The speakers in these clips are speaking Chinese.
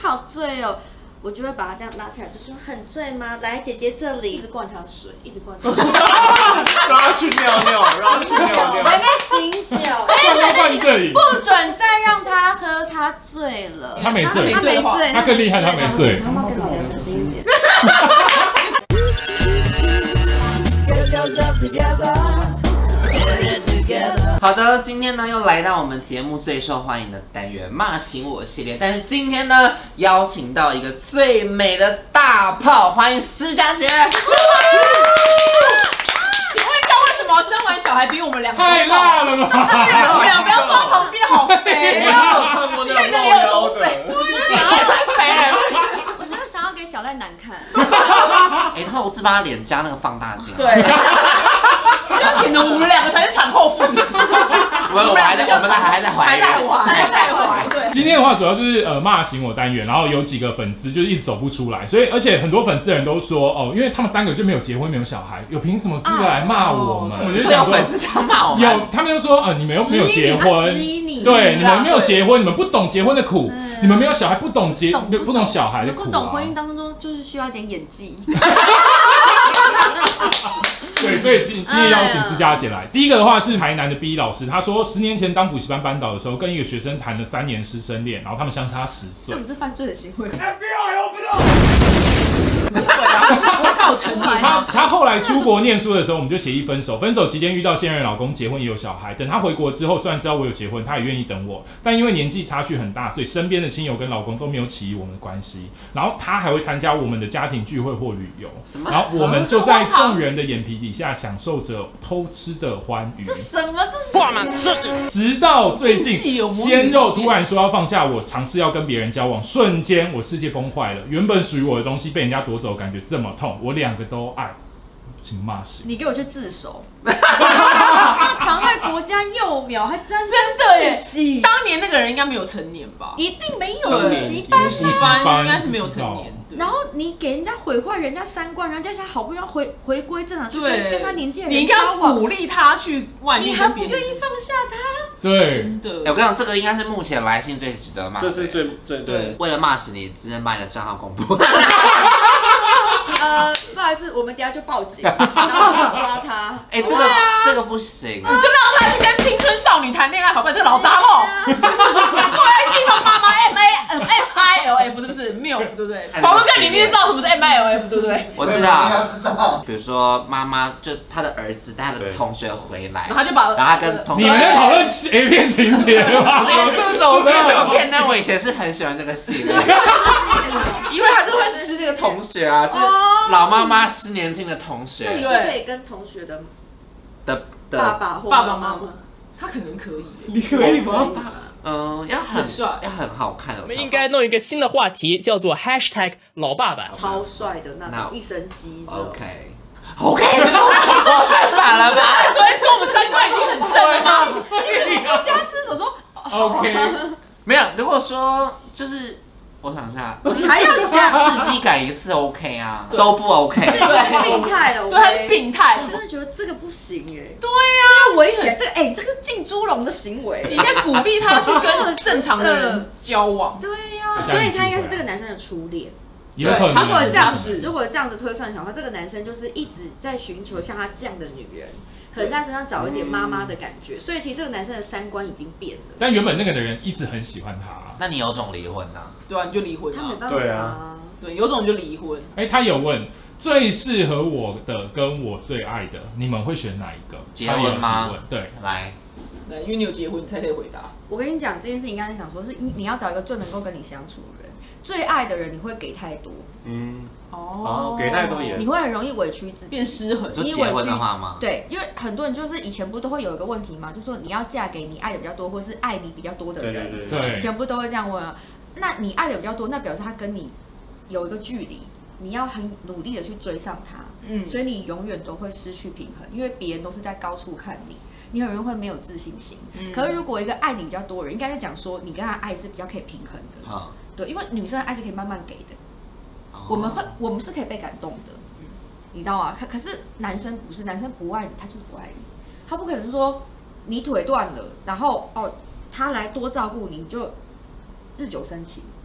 好醉哦。我就会把他这样拉起来，就说很醉吗？来，姐姐这里，一直灌他水，一直灌他水， 让他去尿尿，让他去尿尿。 我在醒酒， 灌这里， 不准再让他喝，他醉了。 他没醉， 他没醉， 他更厉害，他没醉。 他妈跟老娘小心一点。 好的，今天呢又来到我们节目最受欢迎的单元骂醒我系列，但是今天呢邀请到一个最美的大炮，欢迎思佳姐。 请问一下，为什么生完小孩比我们两个太辣了吧？ 对，我们俩不要坐在旁边，好肥哦！ 穿过那种露腰的， 我真的想要给小赖难看。 哎，他我是把他脸加那个放大镜。 对，这样显得我们两个才是产后妇女。 我们还在怀孕， 对。 今天的话主要就是骂醒我单元，然后有几个粉丝就是一直走不出来，所以而且很多粉丝的人都说哦，因为他们3个就没有结婚没有小孩，有凭什么资格来骂我们？我就想说， 粉丝想骂我们， 有他们就说你们又没有结婚，对，你们没有结婚，你们不懂结婚的苦，你们没有小孩不懂小孩的苦， 不懂婚姻当中就是需要一点演技。 对，所以今天邀请思佳姐来。第一个的话是台南的 B 老师，他说10年前当补习班班导的时候，跟一个学生谈了3年师生恋，然后他们相差10岁。 这不是犯罪的行为。 我告成年。 他后来出国念书的时候，我们就协议分手。分手期间遇到现任老公，结婚也有小孩。等他回国之后，虽然知道我有结婚，他也愿意等我，但因为年纪差距很大，所以身边的亲友跟老公都没有起疑我们的关系。然后他还会参加我们的家庭聚会或旅游，然后我们就在众人的眼皮底下享受着偷吃的欢愉。 这什么？这是直到最近，鲜肉突然说要放下我，尝试要跟别人交往，瞬间我世界崩坏了。原本属于我的东西被人家夺走，感觉这么痛，我2个都爱，请骂醒。 你给我去自首！残害国家幼苗，还真的耶！当年那个人应该没有成年吧？ 一定没有，补习班应该是没有成年。 然后你给人家毁坏人家3观，人家现在好不容易回归正常，去跟他年纪的人交往， 你应该鼓励他去外面， 你还不愿意放下他？ 对， 真的。 我跟你讲，这个应该是目前来信最值得骂的。 这是最对。 为了骂死你，只能把你的账号公布。 不好意思，我们等下就报警，然后抓他。 这个不行， 你就让他去跟青春少女谈恋爱，好不好？这个老杂货。过来地方妈妈 MILF 是不是 MILF 对不对？宝宝看你一定知道什么是 MILF 对不对？ 我知道，比如说妈妈就她的儿子带他的同学回来， 然后他就把， 然后他跟同学， 你们在讨论 A 片情节吗？ 这种这个片段我以前是很喜欢这个系列，因为他就会吃那个同学啊，就是老妈妈吃年轻的同学。 那你是可以跟同学的爸爸或妈妈吗？ 他可能可以， 你可以吗？ 要很帅，要很好看的。 我们应该弄一个新的话题，叫做 #老爸爸。 超帅的那种，一身肌肉。 OK，我太反了吧？ 昨天说我们3观已经很正了吗？ 你家私所说 OK， 没有。如果说就是我想一下，就是还要刺激感一次 OK 啊，都不 OK。 对，病态了， 对，他是病态。 我真的觉得这个不行哎。 对呀， 危险，这个这个进猪笼的行为。 你应该鼓励他去跟正常的人交往。 对呀，所以他应该是这个男生的初恋。 有可能。 如果这样子推算的话，这个男生就是一直在寻求像他这样的女人。可能在身上找一点妈妈的感觉，所以其实这个男生的3观已经变了。 但原本那个的人一直很喜欢他， 那你有种离婚啊？ 对啊，你就离婚啊。 他没办法。 对啊， 对，有种你就离婚。 他有问最适合我的跟我最爱的，你们会选哪一个？ 结婚吗？ 对， 来， 因为你有结婚，你才可以回答。 我跟你讲这件事情，刚才想说是你要找一个最能够跟你相处的人，最爱的人你会给太多。 给太多也， 你会很容易委屈自己， 变失衡。 就结婚的话吗？ 对，因为很多人就是以前不都会有一个问题嘛，就是说你要嫁给你爱的比较多，或是爱你比较多的人。 对， 以前不都会这样问啊？那你爱的比较多，那表示他跟你有一个距离，你要很努力的去追上他。所以你永远都会失去平衡，因为别人都是在高处看你，你很容易会没有自信心。可是如果一个爱你比较多的人，应该是讲说你跟他爱是比较可以平衡的。对，因为女生的爱是可以慢慢给的。我们是可以被感动的，你知道吗？可是男生不是，男生不爱你，他就是不爱你，他不可能说你腿断了，然后他来多照顾你，你就日久生情，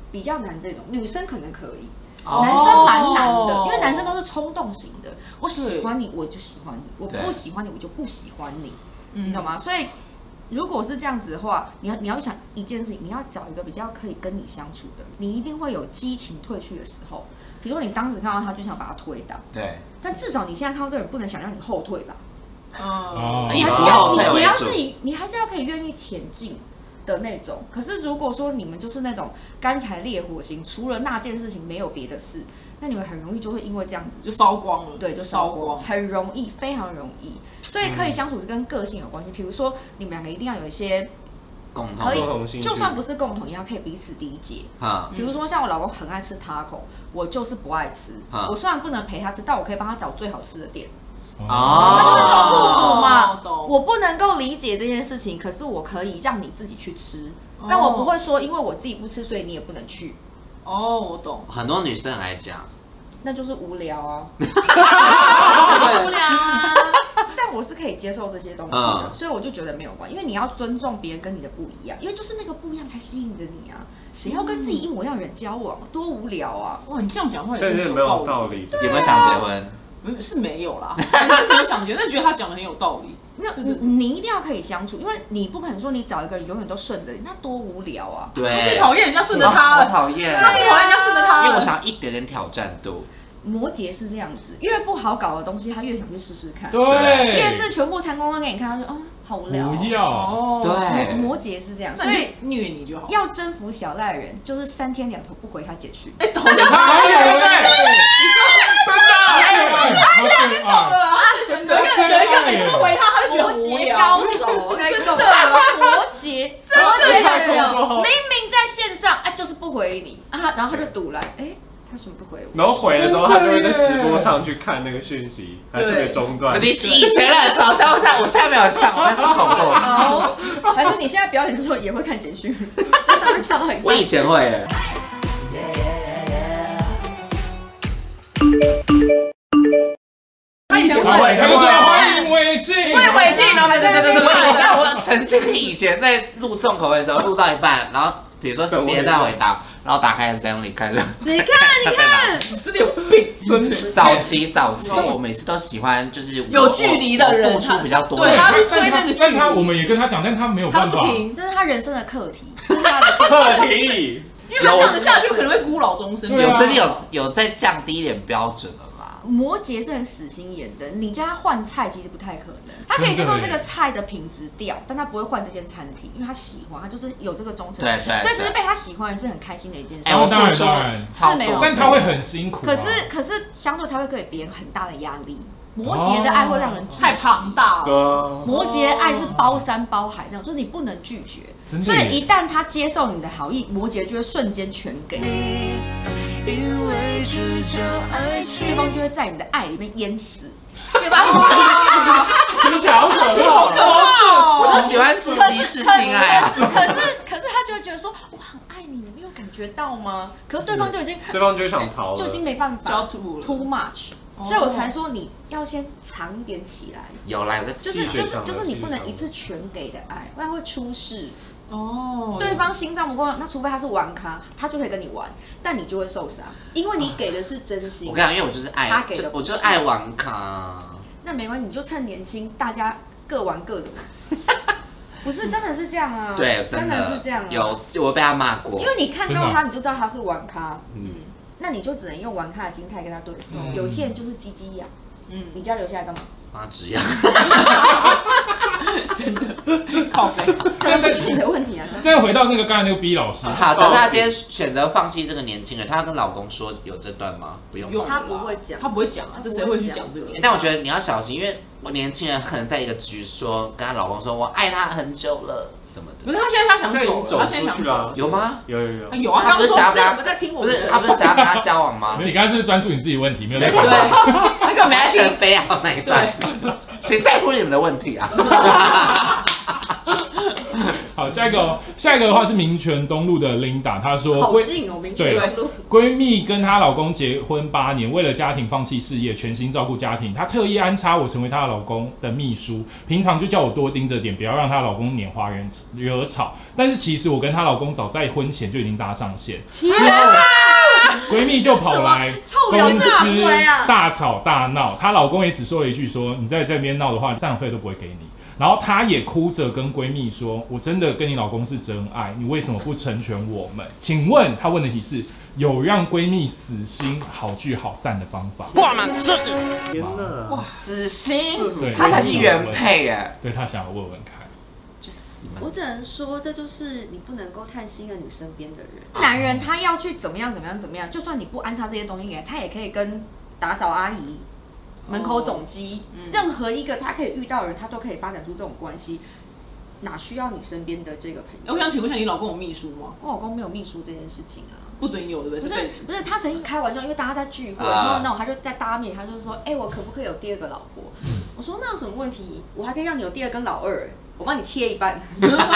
比较难这种，女生可能可以。男生蛮难的，因为男生都是冲动型的。我喜欢你，我就喜欢你；我不喜欢你，我就不喜欢你。你懂吗？所以如果是这样子的话，你要想一件事情，你要找一个比较可以跟你相处的，你一定会有激情褪去的时候。比如说你当时看到他就想把他推倒， 对。 但至少你现在看到这个人，不能想让你后退吧？ 你还是要可以愿意前进的那种。可是如果说你们就是那种干柴烈火型，除了那件事情没有别的事，那你们很容易就会因为这样子就烧光了。 对，就烧光，很容易，非常容易。所以可以相处是跟个性有关系。比如说你们两个一定要有一些共同兴趣， 就算不是共同，也要可以彼此理解。比如说像我老公很爱吃taco，我就是不爱吃。我虽然不能陪他吃，但我可以帮他找最好吃的店。他就是找互补嘛。我不能够理解这件事情，可是我可以让你自己去吃，但我不会说因为我自己不吃，所以你也不能去。 我懂。 很多女生来讲， 那就是无聊啊，无聊啊。但我是可以接受这些东西的，所以我就觉得没有关系，因为你要尊重别人跟你的不一样，因为就是那个不一样才吸引着你啊。谁要跟自己一模一样的人交往，多无聊啊！ 哇，你这样讲话也是没有道理。 有没有想结婚？ 是没有啦，是没有想结婚，但觉得他讲的很有道理。 没有，你一定要可以相处，因为你不可能说你找一个人永远都顺着你，那多无聊啊！ 对， 最讨厌人家顺着他了， 我讨厌， 他最讨厌人家顺着他了， 因为我想要一点点挑战度。 摩羯是这样子，越不好搞的东西，他越想去试试看。 对， 越是全部弹光光给你看，他就好无聊。 不要。 对， 摩羯是这样，所以虐你就好。 要征服小赖人，就是3天2头不回他简讯。 懂了，真的，有一个每次回他，他就觉得摩羯高手，真的，摩羯真的，明明在线上，就是不回你啊，然后他就堵来，为什么不回我？ 然后回了之后，他就会在直播上去看那个讯息，还特别中断。 你以前很少教我现在没有像，我很恐怖。 还是你现在表演的时候也会看简讯，在上面跳到一半。 我以前会耶。 他以前会， 欢迎伟静， 对。但我曾经以前在录重口味的时候，录到一半，然后比如说别人在回答，然后打开 Zenly 看着， 你看， 你真的有病！ 早期，我每次都喜欢就是有距离的人， 付出比较多。 对，他追那个距离， 我们也跟他讲，但他没有办法， 这是他人生的课题，这是他的课题。 因为他这样子下去可能会孤老终生。 最近有在降低一点标准了啦。 摩羯是很死心眼的，你叫他换菜其实不太可能。他可以接受这个菜的品质掉，但他不会换这间餐厅，因为他喜欢，他就是有这个忠诚。 对， 所以其实被他喜欢是很开心的一件事。 当然， 是没有， 但他会很辛苦。 可是相对他会给别人很大的压力。摩羯的爱会让人太庞大了。摩羯的爱是包山包海那种，就是你不能拒绝。所以一旦他接受你的好意，摩羯就会瞬间全给。对方就会在你的爱里面淹死。对吧？ 听起来好可怕！ 我就喜欢窒息式性爱啊。 可是他就会觉得说，我很爱你，你没有感觉到吗？可是对方就想逃了， 就已经没办法， 就要吐了 ，too much。所以我才说你要先藏一点起来。 有啦， 就是你不能一次全给的爱，不然会出事。 哦， 对方心脏不够，那除非他是玩咖，他就可以跟你玩，但你就会受伤，因为你给的是真心。 我跟你讲，因为我就是爱， 他给的我就爱玩咖。 那没关系，你就趁年轻，大家各玩各的。不是，真的是这样啊。 对， 真的是这样。 有，我被他骂过。 因为你看到他，你就知道他是玩咖。那你就只能用玩咖的心态跟他对付。有些人就是鸡鸡痒，你叫他留下来干嘛？ 帮他止痒。 真的，靠背， 可能不是你的问题啊。 再回到那个刚才那个 B 老师， 好，就是他今天选择放弃这个年轻人，他要跟老公说有这段吗？不用， 他不会讲， 他不会讲啊，这谁会去讲这个？ 但我觉得你要小心，因为我年轻人可能在一个局说，跟她老公说我爱他很久了什么的。 不是，他现在想走，他现在想走， 有吗？ 有啊， 他不是想要跟他在听我， 不是他不是想要跟他交往吗？ 你刚才是专注你自己问题，没有在管。 对，那个没在听非要那一段，谁在乎你们的问题啊？ 好， 好，下一个的话是民权东路的 Linda， 她说好近哦，民权东路。 闺蜜跟她老公结婚8年，为了家庭放弃事业，全心照顾家庭。她特意安插我成为她的老公的秘书，平常就叫我多盯着点，不要让她老公拈花惹草。但是其实我跟她老公早在婚前就已经搭上线，之后闺蜜就跑来公司大吵大闹，她老公也只说了一句说你在这边闹的话，赡养费都不会给你。然后她也哭着跟闺蜜说：“我真的跟你老公是真爱，你为什么不成全我们？”请问她问的题是有让闺蜜死心好聚好散的方法？ 哇，天哪！ 哇，死心！ 他才是原配耶。 对，她想要问问看。 我只能说，这就是你不能够太信任你身边的人。男人他要去怎么样，就算你不安插这些东西给他，他也可以跟打扫阿姨、门口总机，任何一个他可以遇到的人，他都可以发展出这种关系。哪需要你身边的这个朋友？ 我想请问一下，你老公有秘书吗？ 我老公没有秘书这件事情啊。 不准有，对不对？ 不是，他曾经开玩笑，因为大家在聚会，然后那他就在大家面前，他就说：“我可不可以有第2个老婆？”我说：“那有什么问题？我还可以让你有第2跟老二，我帮你切一半。”OK 的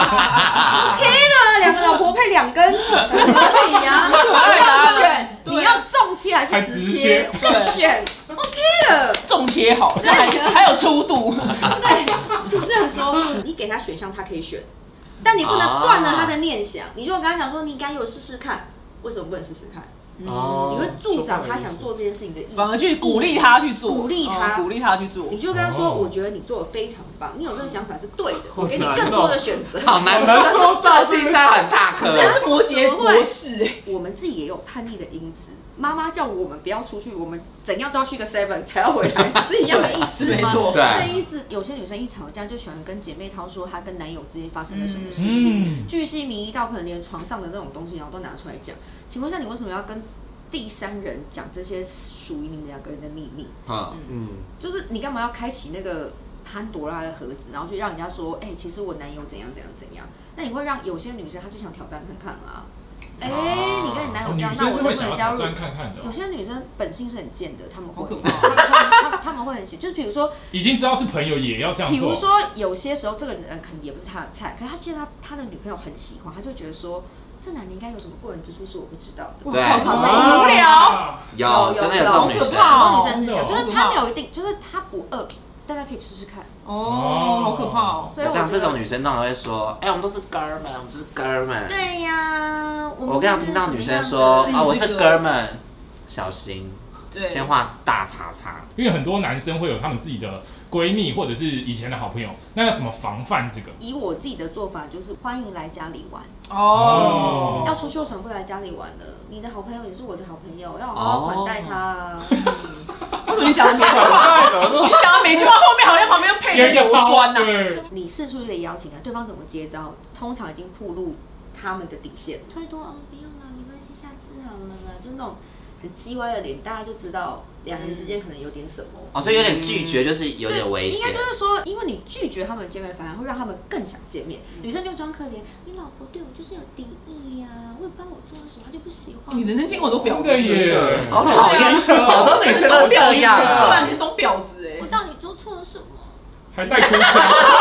，2个老婆配2根，很合理啊。你选，你要纵切还是直切？就选 OK 的， 纵切好，还有粗度。 对，是不是很说你给他选项，他可以选。但你不能断了他的念想，你就跟他讲说，你敢有试试看，为什么不能试试看？你会助长他想做这件事情的意义， 反而去鼓励他去做， 鼓励他去做。 你就跟他说，我觉得你做的非常棒，你有这个想法是对的，我给你更多的选择。 好难说，这心脏很大颗， 这是摩羯模式。 我们自己也有叛逆的因子。妈妈叫我们不要出去，我们怎样都要去个 7 才要回来，是一样的意思吗？ 没错， 这个意思。有些女生一吵架就喜欢跟姐妹淘说她跟男友之间发生了什么事情，巨细靡遗到可能连床上的那种东西，然后都拿出来讲。请问一下，你为什么要跟第3人讲这些属于你们2个人的秘密？就是你干嘛要开启那个潘多拉的盒子，然后去让人家说，其实我男友怎样怎样怎样？那你会让有些女生她就想挑战看看啊。你跟你男友这样，那我都不能加入。有些女生本性是很贱的，他们会很喜，就是比如说， 已经知道是朋友也要这样做。 比如说，有些时候这个人可能也不是他的菜，可是他见到他的女朋友很喜欢，他就觉得说，这男的应该有什么过人之处是我不知道的。 对， 好无聊。 有，真的有这种女生。 很多女生是这样，就是他没有一定，就是他不饿。大家可以吃吃看好可怕哦！ 所以我讲这种女生通常会说：“我们都是哥们，我们就是哥们。” 对呀， 我刚刚听到女生说：“我是哥们，小心，先画大叉叉。” 因为很多男生会有他们自己的闺蜜或者是以前的好朋友，那要怎么防范这个？ 以我自己的做法就是欢迎来家里玩要出去为什么不来家里玩呢？你的好朋友也是我的好朋友，要好好款待他啊。 为什么你讲的每句话后面好像旁边又配着硫酸呢？ 你释出一个邀请函，对方怎么接招？通常已经暴露他们的底线。推脱不用了，没关系，下次好了啦，就那种很叽歪的脸，大家就知道2人之间可能有点什么。 所以有点拒绝，就是有点危险。 应该就是说，因为你拒绝他们见面，反而会让他们更想见面。女生就装可怜，你老婆对我就是有敌意呀，我也不知道我做了什么，她就不喜欢。 你人生经过很多婊子耶， 好讨厌，好多女生都这样， 不然你懂婊子我到底做错了什么？ 还带哭声。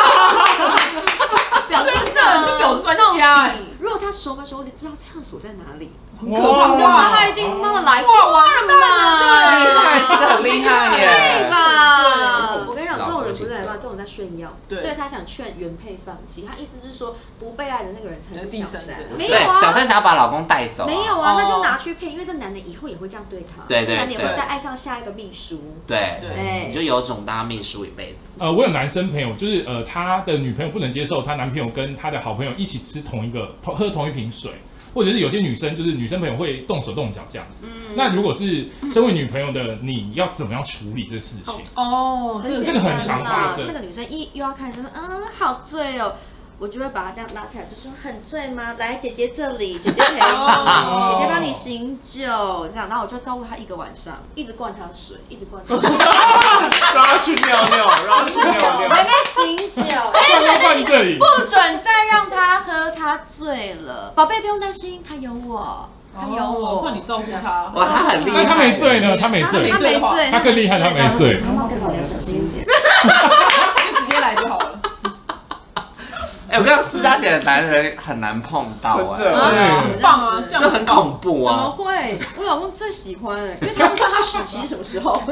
真的，你婊子专家。 如果他熟门熟路知道厕所在哪里， 很可怕， 就他一定帮我来过完蛋了， 厉害，这个很厉害耶， 对吧？我跟你讲，这种人不是来吧，这种在炫耀， 对， 所以他想劝原配放弃。他意思就是说，不被爱的那个人才是小三。 没有啊，小三想要把老公带走。 没有啊，那就拿去配，因为这男的以后也会这样对他， 对， 男的也会再爱上下一个秘书。 对，你就有种当秘书一辈子。 我有男生朋友，就是他的女朋友不能接受他男朋友跟他的好朋友一起吃喝同一瓶水。或者是有些女生就是女生朋友会动手动脚这样子，那如果是身为女朋友的你，要怎么样处理这个事情？这个很常发生。 那个女生又要看什么？好醉哦。我就会把他这样拉起来，就说很醉吗？来，姐姐这里，姐姐陪你，姐姐帮你醒酒，这样，然后我就照顾他1个晚上，一直灌他水，一直灌他水， 让他去尿尿，让他去尿尿， 妹妹醒酒，不准再让他喝，他醉了，宝贝不用担心，他有我。他有我， 换你照顾他。 哇，他很厉害。 那他没醉呢？他没醉，他更厉害，他没醉。 妈妈跟老娘小心一点， 就直接来就好了。 我跟你讲，私家姐的男人很难碰到很棒啊， 就很恐怖啊。 怎么会？我老公最喜欢，因为他不知道他屎期是什么时候。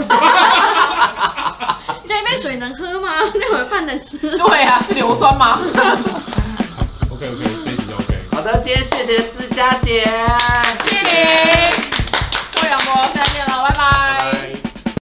这一杯水能喝吗？那碗饭能吃？ 对啊，是硫酸吗 ？OK， 这一集 OK。 好的，今天谢谢私家姐， 谢谢你。